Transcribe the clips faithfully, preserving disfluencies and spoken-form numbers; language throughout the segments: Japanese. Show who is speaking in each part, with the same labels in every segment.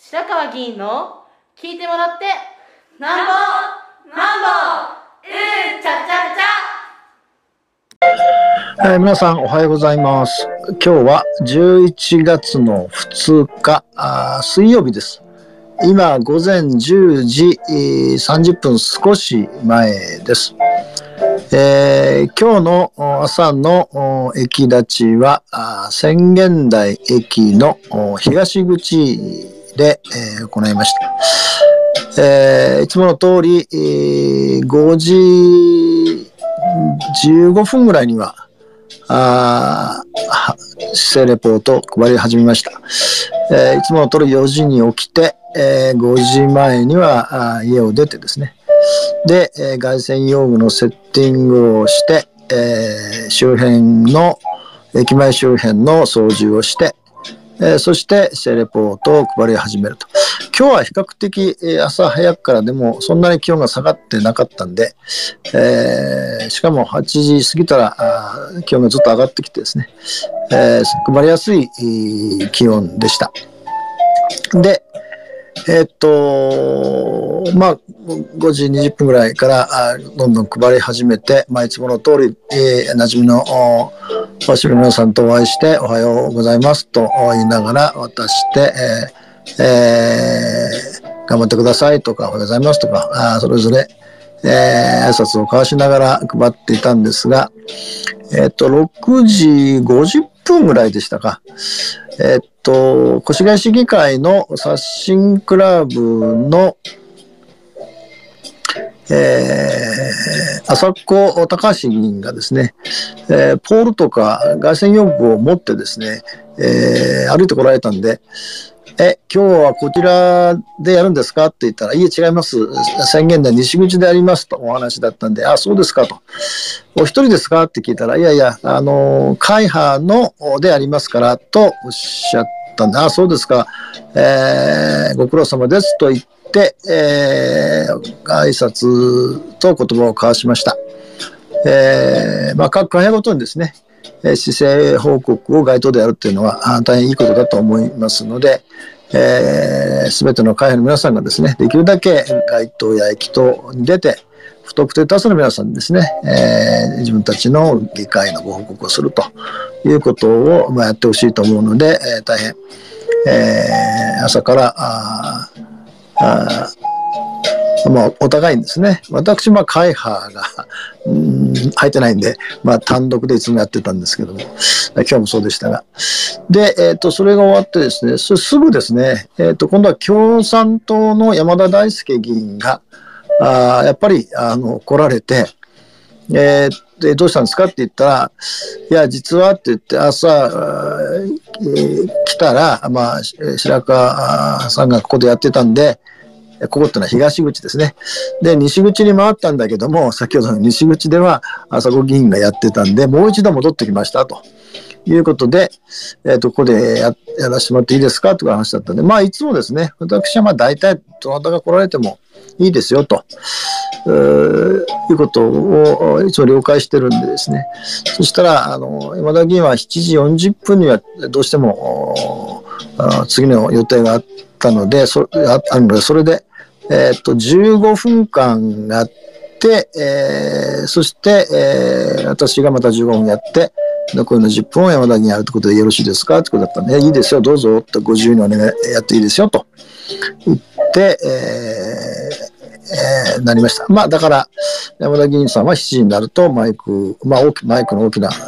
Speaker 1: 白川議員の聞いてもらってなんぼなんぼうんちゃちゃ
Speaker 2: ちゃ、えー、皆さんおはようございます。今日はじゅういちがつのふつかあ水曜日です。今午前じゅうじさんじゅっぷん少し前です。えー、今日の朝の駅立ちは浅間台駅の東口で、えー、行いました。えー、いつもの通り、えー、ごじじゅうごふんぐらいにはあ姿勢レポートを配り始めました。えー、いつもの通りよじに起きて、えー、ごじまえには家を出てですね、で、えー、凱旋用具のセッティングをして、えー、周辺の駅前周辺の掃除をして、えー、そして姿勢レポートを配り始めると。今日は比較的朝早くからでもそんなに気温が下がってなかったんで、えー、しかもはちじ過ぎたら気温がずっと上がってきてですね、えー、配りやすい気温でした。で、えー、っと、まあ、ごじにじゅっぷんぐらいからどんどん配り始めて、まあ、いつもの通り、えー、馴染みのおしの皆さんとお会いしておはようございますと言いながら渡して、えーえー、頑張ってくださいとかおはようございますとかあそれぞれ、えー、挨拶を交わしながら配っていたんですが、えー、っとろくじごじゅっぷんぐらいでしたか。えー、っと越谷市議会の刷新クラブのえー、朝子高橋議員がですね、えー、ポールとか凱旋用具を持ってですね、えー、歩いてこられたんで、え、今日はこちらでやるんですかって言ったら、いえ違います。宣言台西口でありますとお話だったんで、あ、そうですかと。お一人ですかって聞いたら、いやいや、あの、会派のでありますからとおっしゃったんで、あ、そうですか。えー、ご苦労様ですと言って、で、えー、挨拶と言葉を交わしました。えーまあ、各会派ごとにですね、施政報告を街頭でやるというのは大変いいことだと思いますので、えー、全ての会派の皆さんがですね、できるだけ街頭や駅頭に出て、不特定多数の皆さんにですね、えー、自分たちの議会のご報告をするということを、まあ、やってほしいと思うので、えー、大変、えー、朝からああまあ、お互いにですね、私、まあ、会派が、うん、入ってないんで、まあ、単独でいつもやってたんですけども、今日もそうでしたが。で、えっと、それが終わってですね、すぐですね、えっと、今度は共産党の山田大輔議員が、あやっぱり、あの、来られて、えー、でどうしたんですかって言ったら、いや、実はって言って、朝、えー、来たら、まあ、白川さんがここでやってたんで、ここってのは東口ですね。で、西口に回ったんだけども、先ほどの西口では朝子議員がやってたんで、もう一度戻ってきましたということで、えっと、ここで や, やらせてもらっていいですかという話だったんで、まあ、いつもですね、私はまあ大体どなたが来られてもいいですよと、えー、いうことをいつも了解してるんでですね、そしたら、あの、山田議員はしちじよんじゅっぷんにはどうしても次の予定があったので、そああるので、それで、えー、っと、じゅうごふんかんやって、えー、そして、えー、私がまたじゅうごふんやって、残りのじゅっぷんを山田議員やるということでよろしいですかということだったんで、いいですよ、どうぞ、とご自由にお願い、やっていいですよ、と言って、えーえー、なりました。まあ、だから、山田議員さんはしちじになると、マイク、まあ、大きマイクの大きな、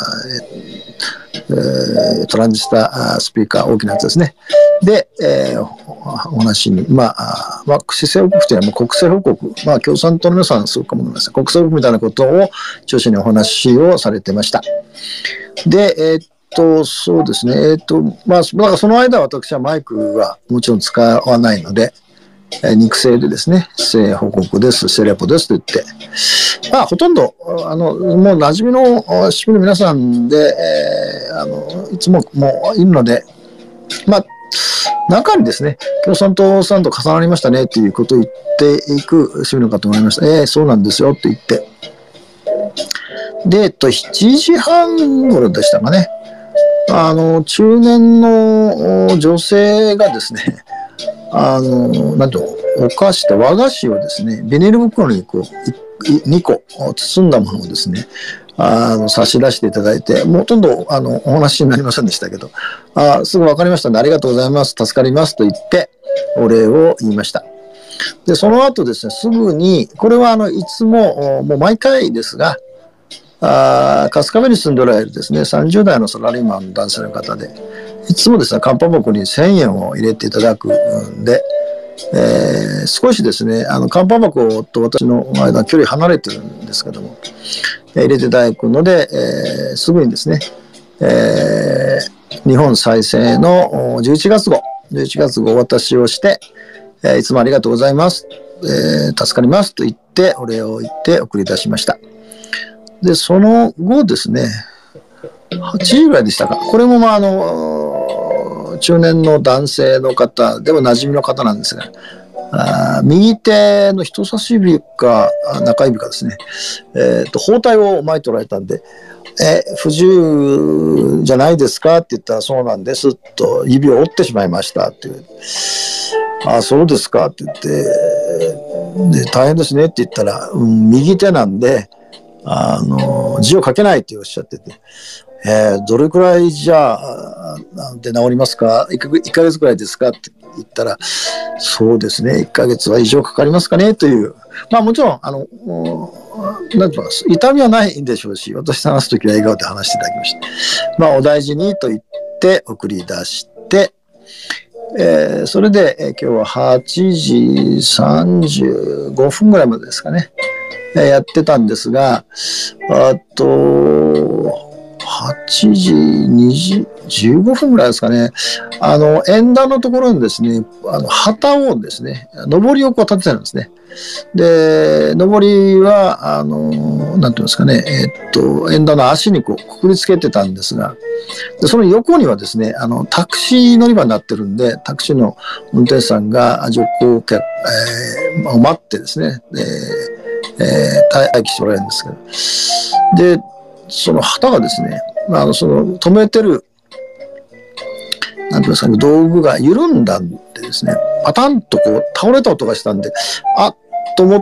Speaker 2: えー、トランジスタスピーカー、大きなやつですね。で、えー、お話に、まあ、まあ、施政報告というのは国政報告、まあ、共産党の皆さん、そうかも思います。国政報告みたいなことを中心にお話をされてました。で、えー、っと、そうですね、えー、っと、まあ、だからその間、私はマイクはもちろん使わないので、肉声でですね、施政報告です、施政レポですと言って、まあ、ほとんど、あの、もう馴染みの市民の皆さんで、えー、あの、いつももういるので、まあ、中にですね、共産党さんと重なりましたねっていうことを言っていく市民の方もありました。ええー、そうなんですよって言って。で、えっと、しちじはん頃でしたかね。あの、中年の女性がですね、 あの、なんていうの、お菓子と和菓子をですね、ビニール袋にこう、にこ包んだものをですね、あの、差し出していただいて、もうほとんど、あの、お話になりませんでしたけど、あすぐ分かりましたんで、ありがとうございます、助かりますと言って、お礼を言いました。で、その後ですね、すぐに、これはあの、いつも、もう毎回ですが、あ春日部に住んでおられるですね、さんじゅう代のサラリーマンの男性の方で、いつもですね、カンパ箱にせんえんを入れていただくんで、えー、少しですね、あの、カンパ箱と私の間、距離離れてるんですけども、入れていただくので、えー、すぐにですね、えー、日本再生のじゅういちがつごう、じゅういちがつごうお渡しをして、えー、いつもありがとうございます、えー、助かりますと言って、お礼を言って送り出しました。で、その後ですね、はちじぐらいでしたか。これもまあ、あの、中年の男性の方でも馴染みの方なんですが、あ右手の人差し指か中指かですね、えっと、包帯を巻いておられたんで、え、不自由じゃないですかって言ったら、そうなんですと、指を折ってしまいましたっていう。あ、そうですかって言って、で、大変ですねって言ったら、うん、右手なんで、あの、字を書けないっておっしゃってて、えー、どれくらいじゃあ、で治りますか いっ ヶ月くらいですかって言ったら、そうですね、いっかげつは以上かかりますかねという。まあもちろん、あの、なんていうか、痛みはないんでしょうし、私と話すときは笑顔で話していただきました。まあお大事にと言って送り出して、えー、それで、えー、今日ははちじさんじゅうごふんぐらいまでですかね、えー、やってたんですが、あと、はちじにじじゅうごふんぐらいですかね。あの、演壇のところにですね、あの、旗をですね、上りをこう立ててるんですね。で、上りは、あの、なんていうんですかね、えっと、演壇の足にこう、くくりつけてたんですが、でその横にはですね、あの、タクシー乗り場になってるんで、タクシーの運転手さんが乗降客、えー、を待ってですね、えー、えー、待機しておられるんですけど、で、その旗がですね、まあ、あの、その、止めてる、なんていうんですかね、道具が緩んだんでですね、パタンとこう、倒れた音がしたんで、あっと思って、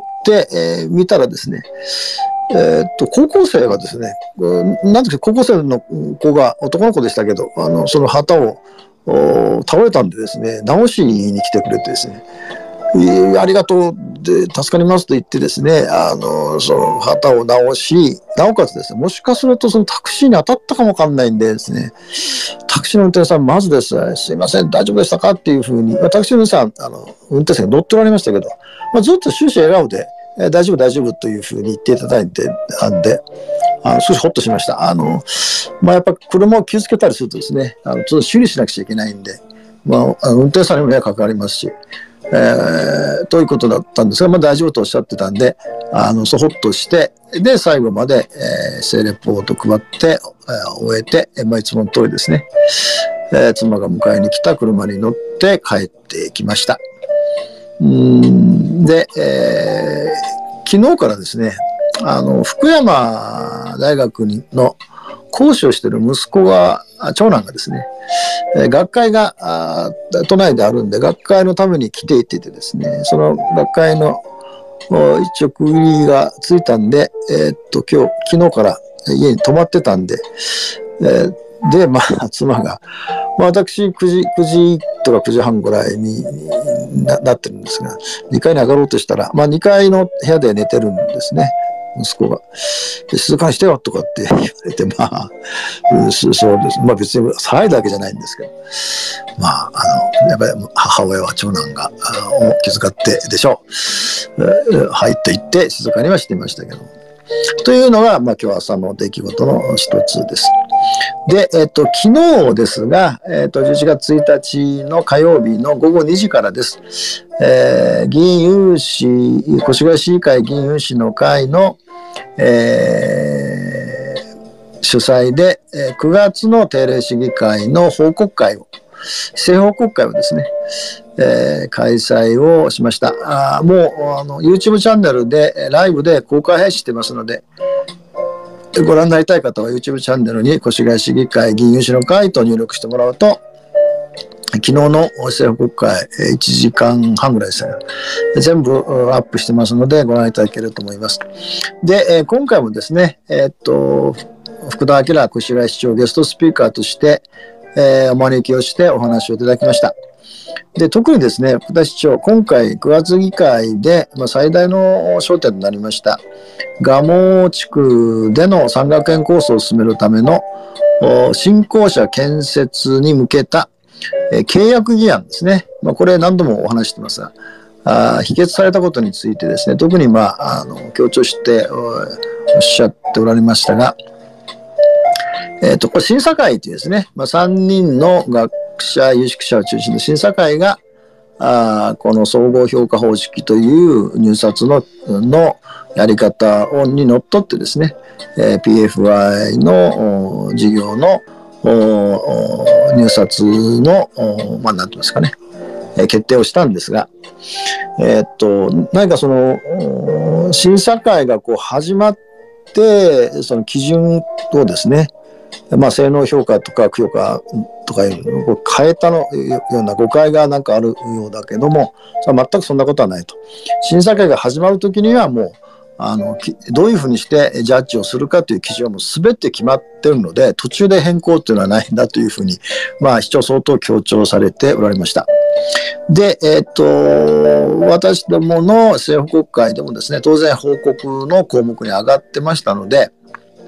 Speaker 2: えー、見たらですね、えー、っと、高校生がですね、なんですか、高校生の子が、男の子でしたけど、あの、その旗を、倒れたんでですね、直しに来てくれてですね、ありがとうで助かりますと言ってですね、あの、その旗を直し、なおかつですね、もしかするとそのタクシーに当たったかもわかんないんでですね、タクシーの運転手さん、まずですね、すいません、大丈夫でしたかっていうふうに、タクシーの運転手さん、あの、運転手さんが乗っておられましたけど、まあ、ずっと終始笑顔で、え大丈夫、大丈夫というふうに言っていただいて、なんで、あの少しほっとしました。あの、まあ、やっぱ車を気をつけたりするとですね、あのちょっと修理しなくちゃいけないんで、まあ、運転手さんにも迷惑かかりますし、えー、ということだったんですが、まあ、大丈夫とおっしゃってたんで、あの、そほっとして、で、最後まで、えー、性レポート配って、えー、終えて、えー、まあ、いつもの通りですね、えー、妻が迎えに来た車に乗って帰ってきました。うーんで、えー、昨日からですね、あの、福山大学にの講師をしている息子が、長男がですね、学会が都内であるんで、学会のために来ていてですね、その学会の一応区切りがついたんで、えー、っと、今日、昨日から家に泊まってたんで、えー、で、まあ、妻が、まあ、私くじ、くじとかくじはんぐらいに な, なってるんですが、にかいに上がろうとしたら、まあ、にかいの部屋で寝てるんですね。息子が。静かにしてよとかって言われて、まあ、うん、そうです。まあ別に騒いだわけじゃないんですけど、まあ、あの、やっぱり母親は長男が、を気遣ってでしょう。はいと言って静かにはしていましたけど。というのが、まあ今日朝の出来事の一つです。で、えっと、昨日ですが、えっと、じゅういちがつついたちの火曜日のごごにじからです。えー、議員有志、越谷市議会議員有志の会の、えー、主催で、くがつの定例市議会の報告会を、市政報告会をですね、えー、開催をしました。あもうあの YouTube チャンネルでライブで公開配信してますので、ご覧になりたい方は YouTube チャンネルに越谷市議会議員有志の会と入力してもらうと、 昨日の政府国会いちじかんはんぐらいですね。全部アップしてますのでご覧いただけると思います。で、今回もですね、えっと、福田明越谷市長ゲストスピーカーとして、えー、お招きをしてお話をいただきました。で、特にですね、福田市長、今回くがつ議会で、まあ、最大の焦点となりました、蒲生地区での産学園構想を進めるための新校舎建設に向けたえー、契約議案ですね。まあ、これ何度もお話してますが、あ否決されたことについてですね、特にまあ、あの、強調しておっしゃっておられましたが、えっと、これ審査会というですね、まあ、さんにんの学者、有識者を中心の審査会が、あこの総合評価方式という入札の、のやり方をにのっとってですね、えー、ピーエフアイ の事業の入札の、まあ、なんていうんですかね、決定をしたんですが、えー、っと、何かその、審査会がこう始まって、その基準をですね、まあ、性能評価とか評価とかいうのを変えたのような誤解がなんかあるようだけども、それは全くそんなことはないと。審査会が始まるときにはもう、あの、どういうふうにしてジャッジをするかという基準はもう全て決まっているので、途中で変更というのはないんだというふうに、まあ、市長相当強調されておられました。で、えっと、私どもの政府国会でもですね、当然報告の項目に上がってましたので、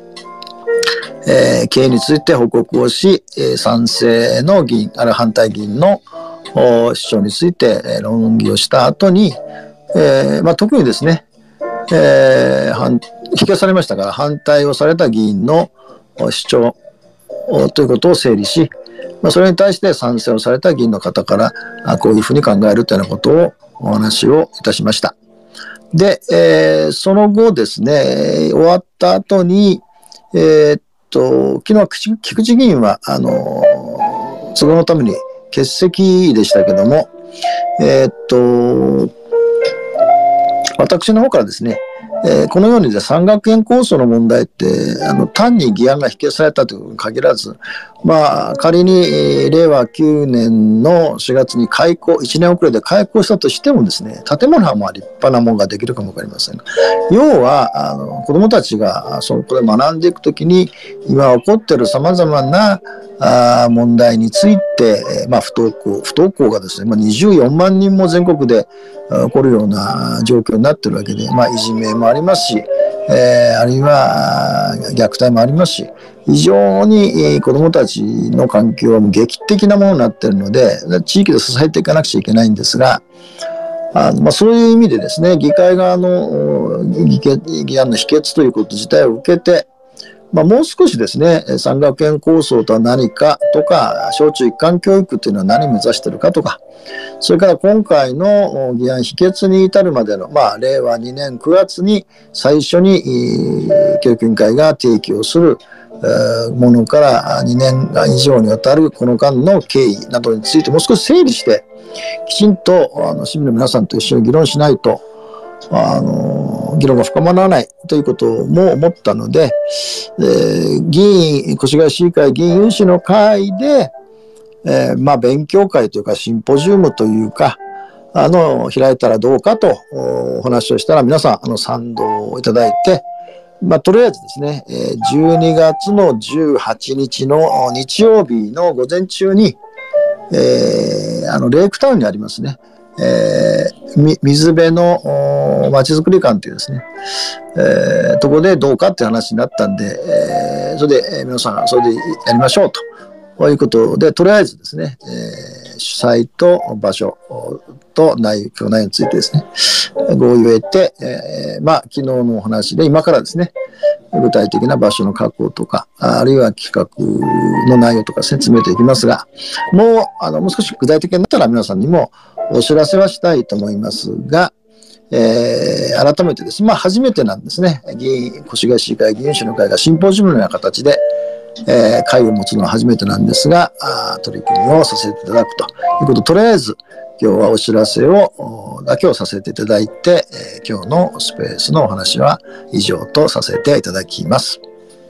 Speaker 2: えー、経営について報告をし、えー、賛成の議員、あるいは反対議員の主張について、えー、論議をした後に、えーまあ、特にですね、えー、否決されましたから反対をされた議員の主張ということを整理し、まあ、それに対して賛成をされた議員の方からあこういうふうに考えるというようなことをお話をいたしました。で、えー、その後ですね、終わった後に、えー、っと、昨日菊池議員は、あの、都合のために欠席でしたけども、えー、っと、私の方からですね、えー、このように産学園構想の問題って、あの、単に議案が否決されたということに限らず、まあ、仮に、えー、れいわきゅうねんのしがつに開校、いちねん遅れで開校したとしてもですね、建物はまあ立派なものができるかもわかりませんが、要は、あの、子供たちがそこで学んでいくときに、今起こっている様々なあ問題について、まあ、不登校、不登校がですね、まあ、にじゅうよんまんにんも全国で起こるような状況になっているわけで、まあ、いじめもありますし、えー、あるいは虐待もありますし、非常に子どもたちの環境は劇的なものになっているので、地域で支えていかなくちゃいけないんですが、あのまあ、そういう意味でですね、議会側の議議案の否決ということ自体を受けて、まあ、もう少しですね、産学園構想とは何かとか、小中一貫教育というのは何を目指しているかとか、それから今回の議案否決に至るまでの、まあ、れいわにねんくがつに最初に教育委員会が提起をするものからにねん以上にわたるこの間の経緯などについてもう少し整理して、きちんとあの市民の皆さんと一緒に議論しないと、あの議論が深まらないということも思ったので、えー、議員、越谷市議会議員有志の会で、えー、まあ勉強会というかシンポジウムというか、あの、開いたらどうかとお話をしたら皆さん、あの、賛同いただいて、まあ、とりあえずですね、じゅうにがつのじゅうはちにちの日曜日の午前中に、えー、あの、レイクタウンにありますね、えー、水辺のまちづくり館というですね、えー、ところでどうかっていう話になったんで、えー、それで、えー、皆さんそれでやりましょうということで、とりあえずですね、えー、主催と場所と内容、内容についてですね、合意を得て、えー、まあ、昨日のお話で今からですね、具体的な場所の確保とか、あるいは企画の内容とか説明ていきますが、もう、あの、もう少し具体的になったら皆さんにもお知らせはしたいと思いますが、えー、改めてですね、まあ初めてなんですね、議員、越谷市議会議員主の会がシンポジウムのような形で、えー、会を持つのは初めてなんですが、あ取り組みをさせていただくということ、とりあえず今日はお知らせをだけをさせていただいて、えー、今日のスペースのお話は以上とさせていただきます。